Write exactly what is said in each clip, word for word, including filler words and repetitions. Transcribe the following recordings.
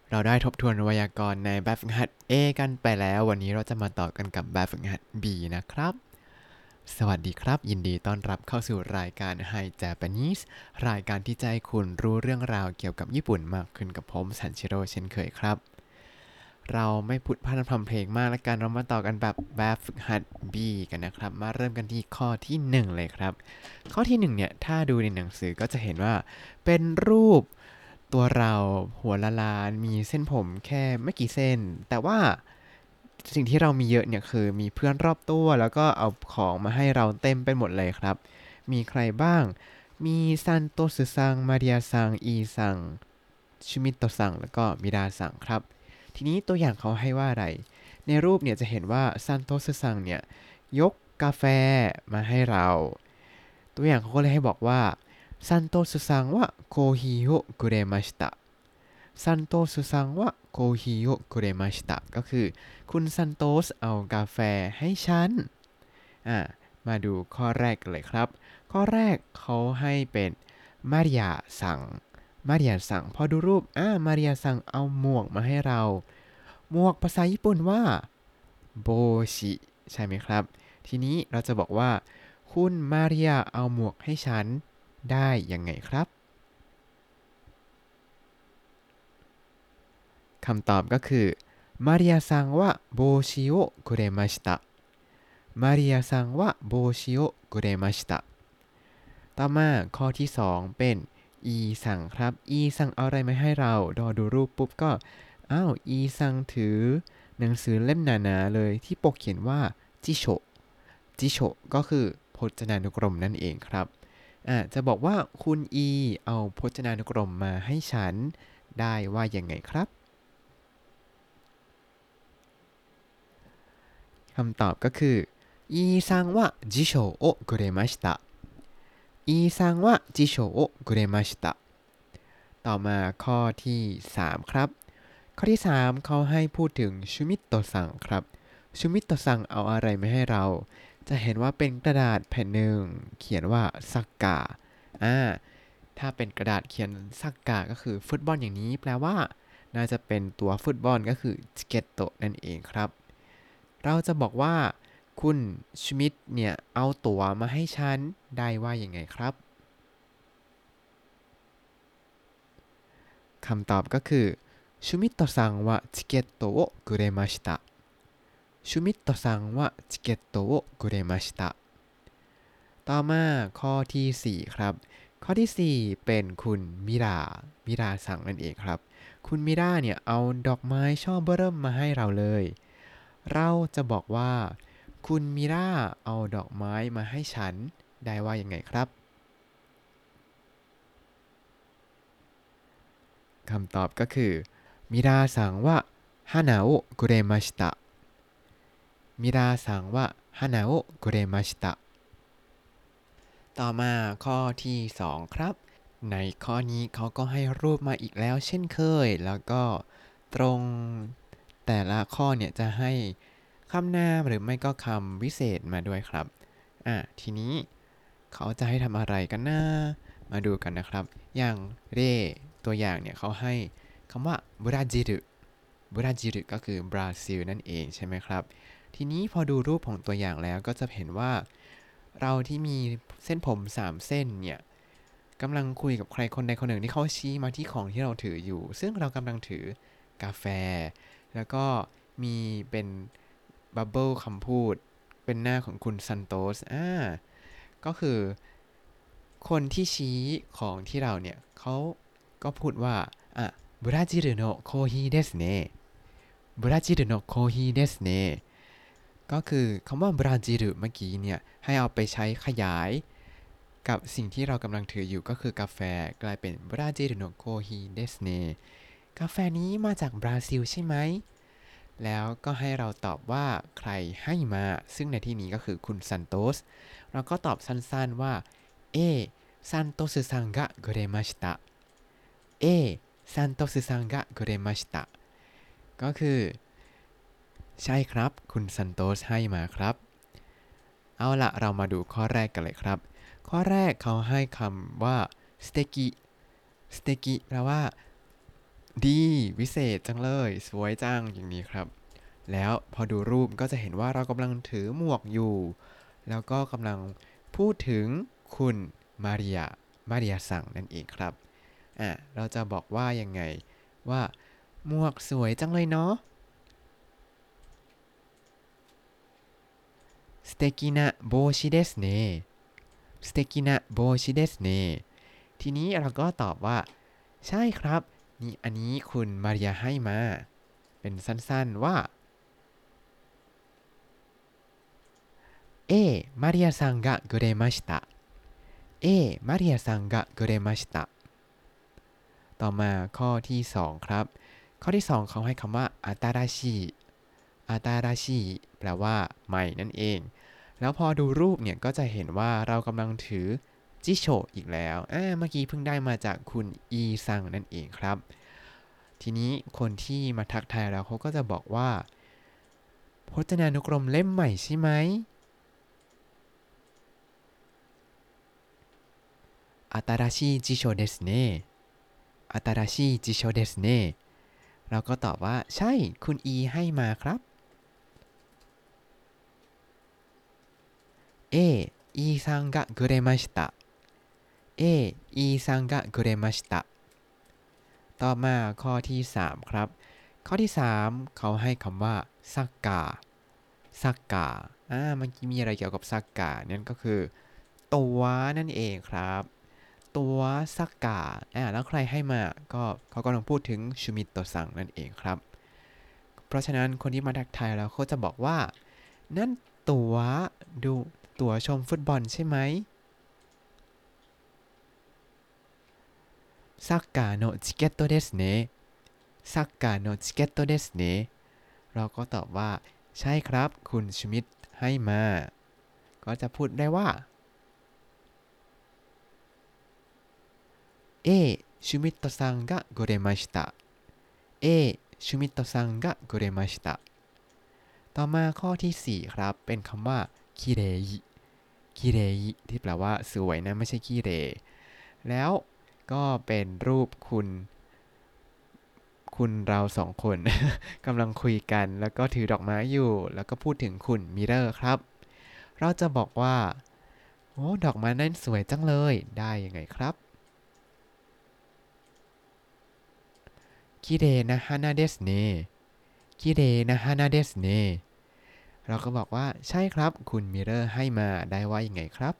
เราได้ทบทวนไวยากรณ์ในแบบฝึกหัด A กันไปแล้ววันนี้เราจะมาต่อกันกับแบบฝึกหัด B นะครับสวัสดีครับยินดีต้อนรับเข้าสู่รายการ Hi Japanese รายการที่จะให้คุณรู้เรื่องราวเกี่ยวกับญี่ปุ่นมากขึ้นกับผมซันชิโร่เช่นเคยครับเราไม่พูดพร่ำทำเพลงมากแล้วกันเรามาต่อกันแบบแบบฝึกหัด B กันนะครับมาเริ่มกันที่ข้อที่หนึ่งเลยครับข้อที่หนึ่งเนี่ยถ้าดูในหนังสือก็จะเห็นว่าเป็นรูป ตัวเราหัวละลานมีเส้นผมแค่ไม่กี่เส้นแต่ว่าสิ่งที่เรามีเยอะเนี่ยคือมีเพื่อนรอบตัวแล้วก็เอาของมาให้เราเต็มไปหมดเลยครับมีใครบ้างมีซันโตสึซังมาริยาซังอีซังชูมิโตะซังแล้วก็มิราซังครับทีนี้ตัวอย่างเขาให้ว่าอะไรในรูปเนี่ยจะเห็นว่าซันโตสึซังเนี่ยยกกาแฟมาให้เราตัวอย่างเขาก็เลยให้บอกว่า サントスさんはコーヒーをくれましたซันโตสซังว่าโคฮิโอคุเรมาชิตะก็คือคุณซันโตสเอากาแฟให้ฉันอ่ามาดูข้อแรกกันเลยครับข้อแรกเขาให้เป็นมาริยาสั่งมาริยาสั่งพอดูรูปอ่ามาริยาสั่งเอาหมวกมาให้เราหมวกภาษาญี่ปุ่นว่าโบชิใช่ไหมครับทีนี้เราจะบอกว่าคุณมาริยาเอาหมวกให้ฉันได้ยังไงครับ คำตอบก็คือมาริยาซังว่าโบชิโอคุเรมาชิตะมาริยาซังว่าโบชิโอคุเรมาชิตะต่อมาข้อที่สองเป็นอีซังครับอีซังเอาอะไรมาให้เราดอดูรูปปุ๊บก็อ้าวอีซังถือหนังสือเล่มหนาๆเลยที่ปกเขียนว่าจิโชจิโชก็คือพจนานุกรมนั่นเองครับอ่าจะบอกว่าคุณอีเอาพจนานุกรมมาให้ฉันได้ว่ายังไงครับ คำตอบก็คืออีซังว่าจิโชโอกุเรมาชิตะอีซังว่าจิโชโอกุเรมาชิตะต่อมาข้อที่สามครับข้อที่สามเขาให้พูดถึงชูมิโตะซังครับชูมิโตะซังเอาอะไรมาให้เราจะเห็นว่าเป็นกระดาษแผ่นหนึ่งเขียนว่าสักกะอ่าถ้าเป็นกระดาษเขียนสักกะก็คือฟุตบอลอย่างนี้แปลว่าน่าจะเป็นตัวฟุตบอลก็คือจิเกตโตะนั่นเองครับ เราจะบอกว่าคุณชมิดเนี่ยเอาตั๋วมาให้ฉันได้ว่ายังไงครับคำตอบก็คือชูมิโตะซังว่าチケットをくれましたชูมิโตะซังว่าチケットをくれましたต่อมาข้อที่สี่ครับข้อที่สี่เป็นคุณมิรามิราซังนั่นเองครับคุณมิราเนี่ยเอาดอกไม้ช่อเบิ่มมาให้เราเลยเราจะบอกว่าคุณมิราเอาดอกไม้มาให้ฉันได้ว่ายังไงครับคำตอบก็คือมิราซังว่าฮานาโอะกุเรมาชิตะมิราซังว่าฮานาโอะกุเรมาชิตะ ต่อมาข้อที่สองครับในข้อนี้เขาก็ให้รูปมาอีกแล้วเช่นเคยแล้วก็ตรงแต่ละข้อเนี่ยจะให้คำนามหรือไม่ก็คำวิเศษมาด้วยครับอ่ะทีนี้เขาจะให้ทำอะไรกันนะมาดูกันนะครับอย่างเร่ตัวอย่างเนี่ยเขาให้คำว่าบราซิลบราซิลก็คือบราซิลนั่นเองใช่ไหมครับทีนี้พอดูรูปของตัวอย่างแล้วก็จะเห็นว่าเราที่มีเส้นผมสามเส้นเนี่ยกำลังคุยกับใครคนใดคนหนึ่งที่เขาชี้มาที่ของที่เราถืออยู่ซึ่งเรากำลังถือกาแฟแล้วก็มีเป็นบับเบิลคำพูดเป็นหน้าของคุณซันโตสอ่าก็คือคนที่ชี้ของที่เราเนี่ยเขาก็พูดว่าอ่ะบราซิลโนโคฮิเดสเน่บราซิลโนโคฮิเดสเน่ก็คือคำว่าบราซิลเมื่อกี้เนี่ยให้เอาไปใช้ขยายกับสิ่งที่เรากำลังถืออยู่ก็คือกาแฟกลายเป็นบราซิลโนโคฮิเดสเน่กาแฟนี้มาจากบราซิลใช่ไหมแล้วก็ให้เราตอบว่าใครให้มาซึ่งในที่นี้ก็คือคุณซันโตสเราก็ตอบสั้นๆว่าเอซันโตสซังกะくれましたเอซันโตสซังกะくれましたก็คือใช่ครับคุณซันโตสให้มาครับเอาละเรามาดูข้อแรกกันเลยครับข้อแรกเขาให้คำว่าสเตกิสเตกิแปลว่าดีวิเศษจังเลยสวยจังอย่างนี้ครับแล้วพอดูรูปก็จะเห็นว่าเรากำลังถือหมวกอยู่แล้วก็กำลังพูดถึงคุณมาริยามาริยาสั่งนั่นเองครับอ่ะเราจะบอกว่ายังไงว่าหมวกสวยจังเลยเนาะ素敵な帽子ですね素敵な帽子ですねทีนี้เราก็ตอบว่าใช่ครับนี่อันนี้คุณมาริยาให้มาเป็นสั้นๆว่าเอมาริยาซังがくれましたเอมาริยาซังがくれましたต่อมาข้อที่สองครับข้อที่สองเขาให้คำว่าอาตาราชิอาตาราชิแปลว่าใหม่นั่นเองแล้วพอดูรูปเนี่ยก็จะเห็นว่าเรากำลังถือจิโชอีกแล้วอ่าเมื่อกี้เพิ่งได้มาจากคุณอีซังนั่นเองครับทีนี้คนที่มาทักทายเราเขาก็จะบอกว่าพจนานุกรมเล่มใหม่ใช่ไหมอาตาราชิจิโชเดสเนอาตาราชิจิโชเดสเนเราก็ตอบว่าใช่คุณอีให้มาครับเออีซังがくれましたเออีซังがくれましたต่อมาข้อที่สามครับข้อที่สามเขาให้คำว่าซักกาซักกาอ่ามันมีอะไรเกี่ยวกับซักกานั่นก็คือตัวนั่นเองครับตัวซักกาอ่าแล้วใครให้มาก็เขากำลังพูดถึงชูมิโตะซังนั่นเองครับเพราะฉะนั้นคนที่มาทักทายเราเขาจะบอกว่านั่นตั๋วดูตั๋วชมฟุตบอลใช่ไหมサッカーのチケットですねサッカーのチケットですねเราก็ตอบว่าใช่ครับคุณชมิดให้มาก็จะพูดได้ว่าเอชูมิโตะซังがくれましたเอชูมิโตะซังがくれましたต่อมาข้อที่สี่ครับเป็นคำว่าคิเรอิคิเรอิที่แปลว่าสวยนะไม่ใช่คิเรแล้วก็เป็นรูปคุณคุณเราสองคน กำลังคุยกันแล้วก็ถือดอกไม้อยู่แล้วก็พูดถึงคุณมิเรอร์ครับเราจะบอกว่าโอ้ดอกไม้นั่นสวยจังเลยได้ยังไงครับคิเรนะฮานาเดสเนคิเรนะฮานาเดสเนเราก็บอกว่าใช่ครับคุณมิเรอร์ให้มาได้ว่ายังไงครับ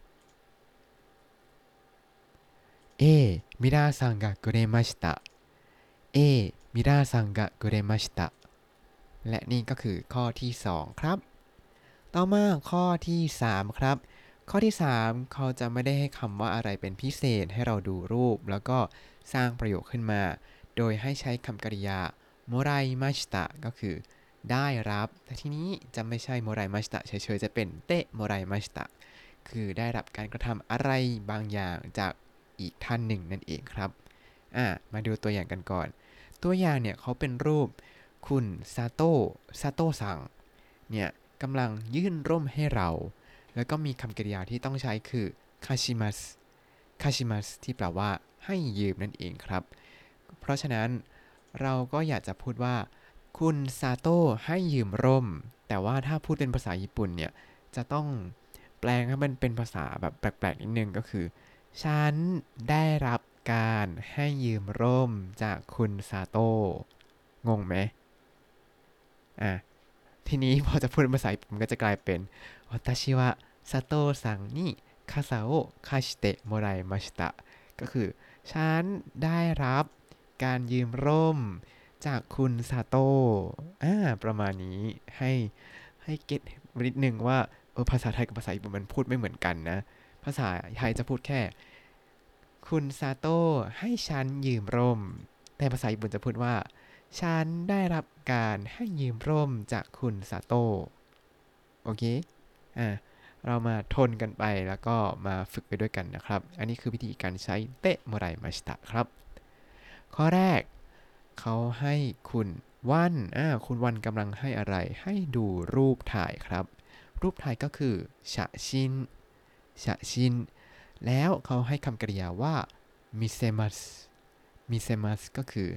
เอมิราซังがくれましたเอมิราซังがくれましたและนี่ก็คือข้อที่สองครับต่อมาข้อที่สามครับข้อที่สามเขาจะไม่ได้ให้คำว่าอะไรเป็นพิเศษให้เราดูรูปแล้วก็สร้างประโยคขึ้นมาโดยให้ใช้คำกริยาโมไรมาชิตะก็คือได้รับแต่ทีนี้จะไม่ใช่โมไรมาชิตะเฉยๆจะเป็นเตะโมไรมาชิตะคือได้รับการกระทำอะไรบางอย่างจากอีกท่านหนึ่งนั่นเองครับอ่ะมาดูตัวอย่างกันก่อนตัวอย่างเนี่ยเขาเป็นรูปคุณซาโต้ซาโต้ซังเนี่ยกำลังยื่นร่มให้เราแล้วก็มีคำกริยาที่ต้องใช้คือคาชิมัสคาชิมัสที่แปลว่าให้ยืมนั่นเองครับเพราะฉะนั้นเราก็อยากจะพูดว่าคุณซาโต้ให้ยืมร่มแต่ว่าถ้าพูดเป็นภาษาญี่ปุ่นเนี่ยจะต้องแปลงให้มันเป็นภาษาแบบแปลกๆนิดนึงก็คือฉันได้รับการให้ยืมร่มจากคุณซาโต้งงไหมอ่ะทีนี้พอจะพูดเป็นภาษาญี่ปุ่นก็จะกลายเป็น私は佐藤さんに傘を貸してもらいましたก็คือฉันได้รับการยืมร่มจากคุณซาโต้อ่าประมาณนี้ให้ให้เก็ตนิดนึงว่าเออภาษาไทยกับภาษาญี่ปุ่นมันพูดไม่เหมือนกันนะภาษาไทยจะพูดแค่คุณซาโต้ให้ฉันยืมร่มแต่ภาษาญี่ปุ่นจะพูดว่าฉันได้รับการให้ยืมร่มจากคุณซาโต้โอเคอ่ะเรามาทนกันไปแล้วก็มาฝึกไปด้วยกันนะครับอันนี้คือวิธีการใช้เตะโมไรมาชิตะครับข้อแรกเขาให้คุณวันอ่าคุณวันกำลังให้อะไรให้ดูรูปถ่ายครับรูปถ่ายก็คือฉะชินฉะชินแล้วเขาให้คำกริยาว่ามิเซมัสมิเซมัสก็คือ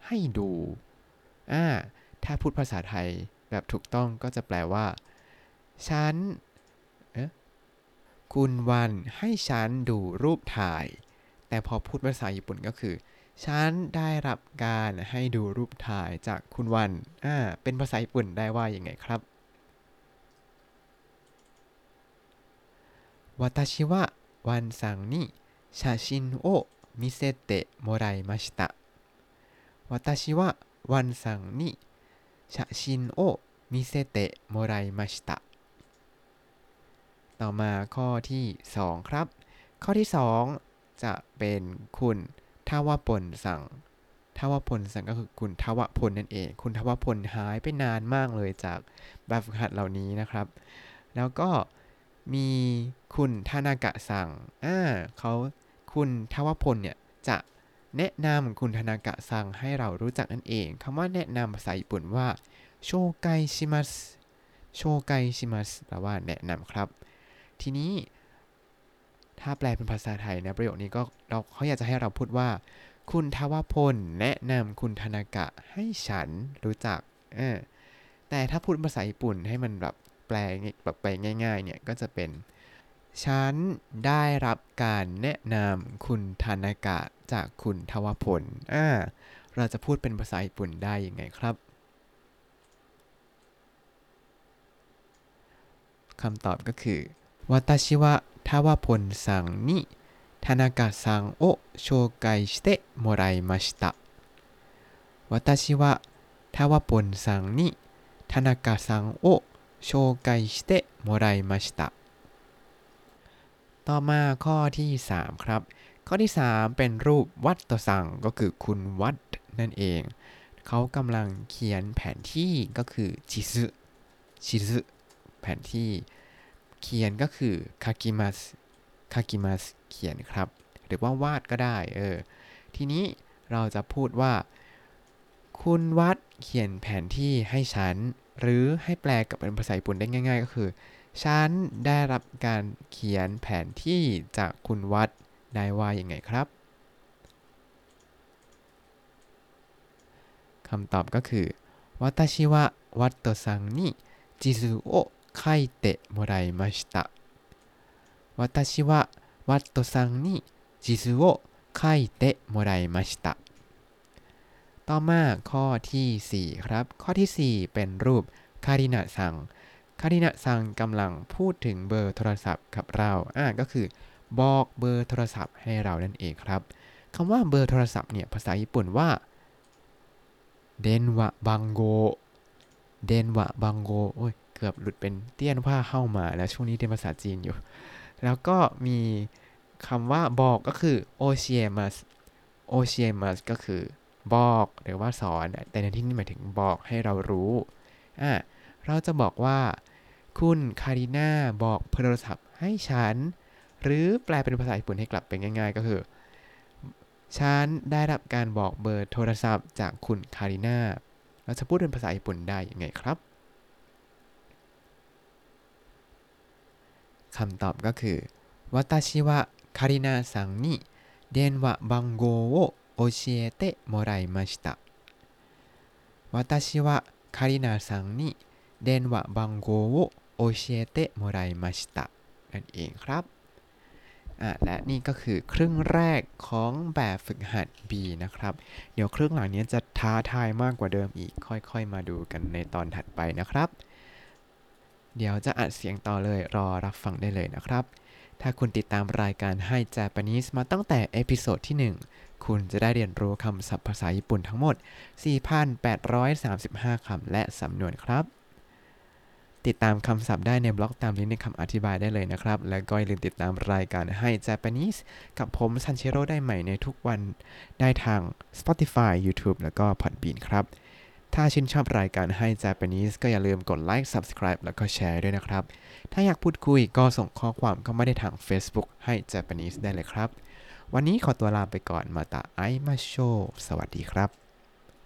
ให้ดูอ่าถ้าพูดภาษาไทยแบบถูกต้องก็จะแปลว่าฉันเอ๊ะคุณวันให้ฉันดูรูปถ่ายแต่พอพูดภาษาญี่ปุ่นก็คือฉันได้รับการให้ดูรูปถ่ายจากคุณวันอ่าเป็นภาษาญี่ปุ่นได้ว่าอย่างไงครับ私はワンさんに写真を見せてもらいました私はワンさんに写真を見せてもらいましたต่อมาข้อที่สองครับข้อที่สองจะเป็นคุณทวพลสั่งทวพลสั่งก็คือคุณทวพลนั่นเองคุณทวพลหายไปนานมากเลยจากแบบฝึกหัดเหล่านี้นะครับแล้วก็มีคุณทานากะสั่งอ่าเขาคุณทวพลเนี่ยจะแนะนำคุณทานากะสั่งให้เรารู้จักนั่นเองคำว่าแนะนำภาษาญี่ปุ่นว่าโชไกชิมัสโชไกชิมัสแปลว่าแนะนำครับทีนี้ถ้าแปลเป็นภาษาไทยนะประโยคนี้ก็เราเขาอยากจะให้เราพูดว่าคุณทวพลแนะนำคุณทานากะให้ฉันรู้จักเออแต่ถ้าพูดภาษาญี่ปุ่นให้มันแบบแปลแบบไปง่ายๆเนี่ยก็จะเป็นฉันได้รับการแนะนำคุณทานากะจากคุณทวพลอ่าเราจะพูดเป็นภาษาญี่ปุ่นได้ยังไงครับคำตอบก็คือ私はทวพลさんに田中さんを紹介してもらいました私はทวพลさんに田中さんを紹介してもらいましたต่อมาข้อที่สามครับข้อที่สามเป็นรูปวัดตสังก็คือคุณวัดนั่นเองเขากำลังเขียนแผนที่ก็คือชิซึชิซึแผนที่เขียนก็คือคากิมัสคากิมัสเขียนครับหรือว่าวาดก็ได้เออทีนี้เราจะพูดว่าคุณวัดเขียนแผนที่ให้ฉันหรือให้แปลกับเป็นภาษาญี่ปุ่นได้ง่ายๆก็คือฉันได้รับการเขียนแผนที่จากคุณวัดได้ว่าอย่างไงครับคำตอบก็คือ私はワットさんに地図を書いてもらいました私はワットさんに地図を書いてもらいましたต่อมาข้อที่สี่ครับข้อที่สี่เป็นรูปคารินะซังคารินะซังกำลังพูดถึงเบอร์โทรศัพท์กับเราอ่าก็คือบอกเบอร์โทรศัพท์ให้เรานั่นเองครับคำว่าเบอร์โทรศัพท์เนี่ยภาษาญี่ปุ่นว่าเดนวะบังโกเดนวะบังโกโอ้ยเกือบหลุดเป็นเตี้ยนผ้าเข้ามาแล้วช่วงนี้เรียนภาษาจีนอยู่แล้วก็มีคำว่าบอกก็คือโอเชียมัสโอเชียมัสก็คือบอกหรือว่าสอนแต่ในที่นี้หมายถึงบอกให้เรารู้อ่ะเราจะบอกว่าคุณคาริน่าบอกเบอร์โทรศัพท์ให้ฉันหรือแปลเป็นภาษาญี่ปุ่นให้กลับเป็นง่ายๆก็คือฉันได้รับการบอกเบอร์โทรศัพท์จากคุณคาริน่าเราจะพูดเป็นภาษาญี่ปุ่นได้ยังไงครับคำตอบก็คือ私はカリナさんに電話番号を教えてもらいました私はカリナさんに電話番号を教えてもらいましたนั่นเองครับอ่ะและนี่ก็คือครึ่งแรกของแบบฝึกหัด B นะครับเดี๋ยวครึ่งหลังนี้จะท้าทายมากกว่าเดิมอีกค่อยๆมาดูกันในตอนถัดไปนะครับเดี๋ยวจะอัดเสียงต่อเลยรอรับฟังได้เลยนะครับถ้าคุณติดตามรายการให้ Japanese มาตั้งแต่เอพิโซดที่หนึ่งคุณจะได้เรียนรู้คำศัพท์ภาษาญี่ปุ่นทั้งหมด สี่พันแปดร้อยสามสิบห้า คำและสำนวนครับติดตามคำศัพท์ได้ในบล็อกตามลิงก์ในคำอธิบายได้เลยนะครับและก็อย่าลืมติดตามรายการให้ Japanese กับผมซันเชโร่ได้ใหม่ในทุกวันได้ทาง Spotify YouTube แล้วก็ Podbean ครับถ้าชื่นชอบรายการให้ Japanese ก็อย่าลืมกดไลค์ Subscribe แล้วก็แชร์ด้วยนะครับถ้าอยากพูดคุยก็ส่งข้อความเข้ามาได้ทาง Facebook ให้ Japanese ได้เลยครับวันนี้ขอตัวลาไปก่อนมาตาไอมาโชสวัสดีครับ